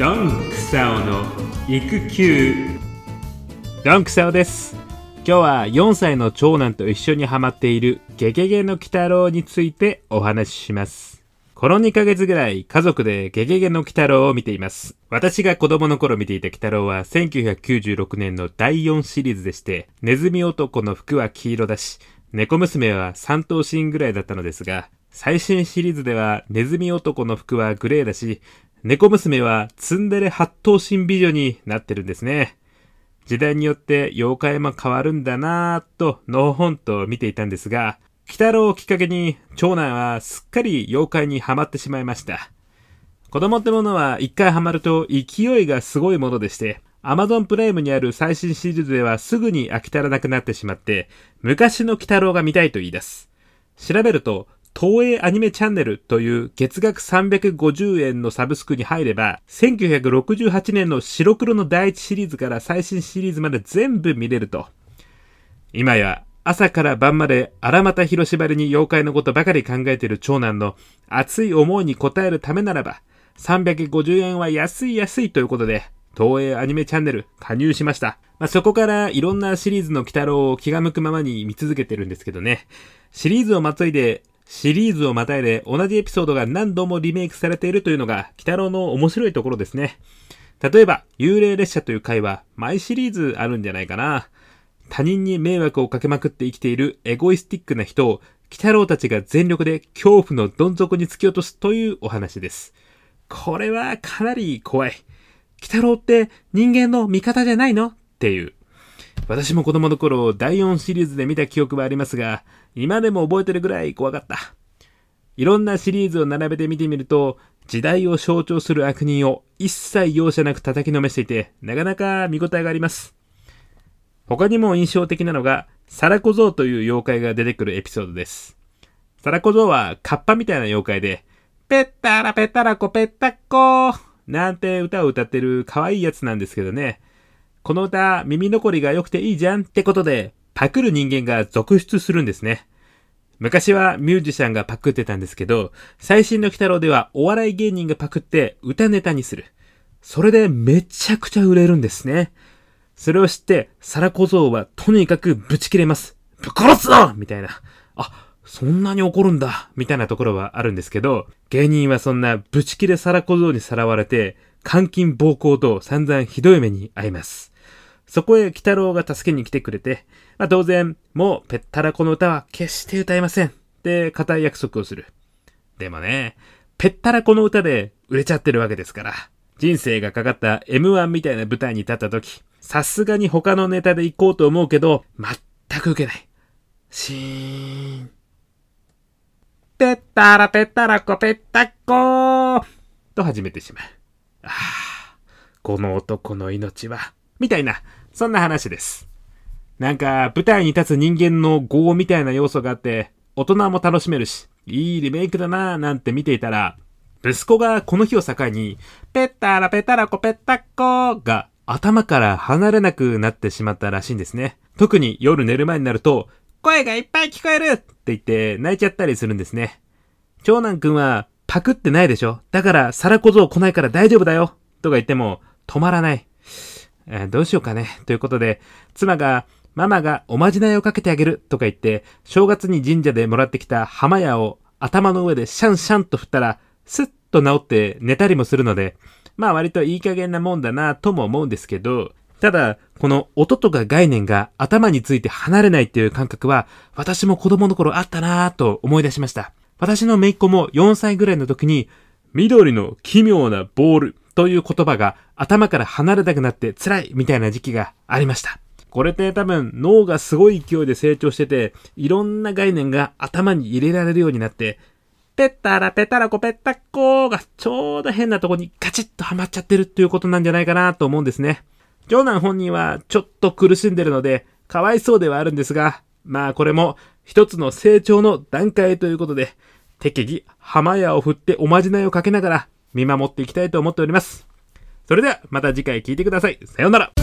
ドンクサオの育休。ドンクサオです。今日は4歳の長男と一緒にハマっているゲゲゲの鬼太郎についてお話しします。この2ヶ月ぐらい家族でゲゲゲの鬼太郎を見ています。私が子供の頃見ていた鬼太郎は1996年の第4シリーズでして、ネズミ男の服は黄色だし、猫娘は3頭身ぐらいだったのですが、最新シリーズではネズミ男の服はグレーだし、猫娘はツンデレ8頭身美女になってるんですね。時代によって妖怪も変わるんだなぁとのほほんと見ていたんですが、鬼太郎をきっかけに長男はすっかり妖怪にはまってしまいました。子供ってものは一回ハマると勢いがすごいものでして、Amazon プライムにある最新シリーズではすぐに飽き足らなくなってしまって、昔の鬼太郎が見たいと言い出す。調べると、東映アニメチャンネルという月額350円のサブスクに入れば、1968年の白黒の第一シリーズから最新シリーズまで全部見れると。今や朝から晩まで荒俣広縛りに妖怪のことばかり考えている長男の熱い思いに応えるためならば、350円は安いということで、東映アニメチャンネル加入しました。そこからいろんなシリーズの鬼太郎を気が向くままに見続けてるんですけどね。シリーズをまたいで同じエピソードが何度もリメイクされているというのが鬼太郎の面白いところですね。例えば幽霊列車という回は毎シリーズあるんじゃないかな。他人に迷惑をかけまくって生きているエゴイスティックな人を鬼太郎たちが全力で恐怖のどん底に突き落とすというお話です。これはかなり怖い。鬼太郎って人間の味方じゃないのっていう。私も子供の頃第4シリーズで見た記憶はありますが、今でも覚えてるぐらい怖かった。いろんなシリーズを並べて見てみると、時代を象徴する悪人を一切容赦なく叩きのめしていて、なかなか見応えがあります。他にも印象的なのが、サラコゾウという妖怪が出てくるエピソードです。サラコゾウはカッパみたいな妖怪で、ペッタラペタラコペッタッコなんて歌を歌ってる可愛いやつなんですけどね。この歌、耳残りが良くていいじゃんってことで、パクる人間が続出するんですね。昔はミュージシャンがパクってたんですけど、最新の鬼太郎ではお笑い芸人がパクって歌ネタにする。それでめちゃくちゃ売れるんですね。それを知って、サラ小僧はとにかくブチ切れます。ぶっ殺すぞみたいな。そんなに怒るんだみたいなところはあるんですけど、芸人はそんなブチ切れサラ小僧にさらわれて、監禁暴行と散々ひどい目に遭います。そこへ鬼太郎が助けに来てくれて、当然、もうペッタラコの歌は決して歌えませんって固い約束をする。でもね、ペッタラコの歌で売れちゃってるわけですから、人生がかかった M1 みたいな舞台に立った時、さすがに他のネタで行こうと思うけど、全く受けない。シーン。ペッタラペッタラコペッタコーと始めてしまう。この男の命は、みたいな、そんな話です。なんか舞台に立つ人間の業みたいな要素があって、大人も楽しめるし、いいリメイクだなぁなんて見ていたら、息子がこの日を境に、ペッタラペタラコペッタッコーが頭から離れなくなってしまったらしいんですね。特に夜寝る前になると、声がいっぱい聞こえるって言って泣いちゃったりするんですね。長男くんはパクってないでしょ。だからサラ小僧来ないから大丈夫だよとか言っても止まらない。どうしようかね。ということで、妻が、ママがおまじないをかけてあげるとか言って、正月に神社でもらってきた浜屋を頭の上でシャンシャンと振ったら、スッと治って寝たりもするので、割といい加減なもんだなとも思うんですけど、ただ、この音とか概念が頭について離れないっていう感覚は、私も子供の頃あったなと思い出しました。私の姪っ子も4歳ぐらいの時に、緑の奇妙なボールという言葉が頭から離れなくなって辛いみたいな時期がありました。これって多分脳がすごい勢いで成長してて、いろんな概念が頭に入れられるようになって、ペッタラペタラコペッタッコーがちょうど変なとこにガチッとはまっちゃってるっていうことなんじゃないかなと思うんですね。長男本人はちょっと苦しんでるので、かわいそうではあるんですが、これも一つの成長の段階ということで、適宜浜屋を振っておまじないをかけながら見守っていきたいと思っております。それではまた次回聞いてください。さようなら。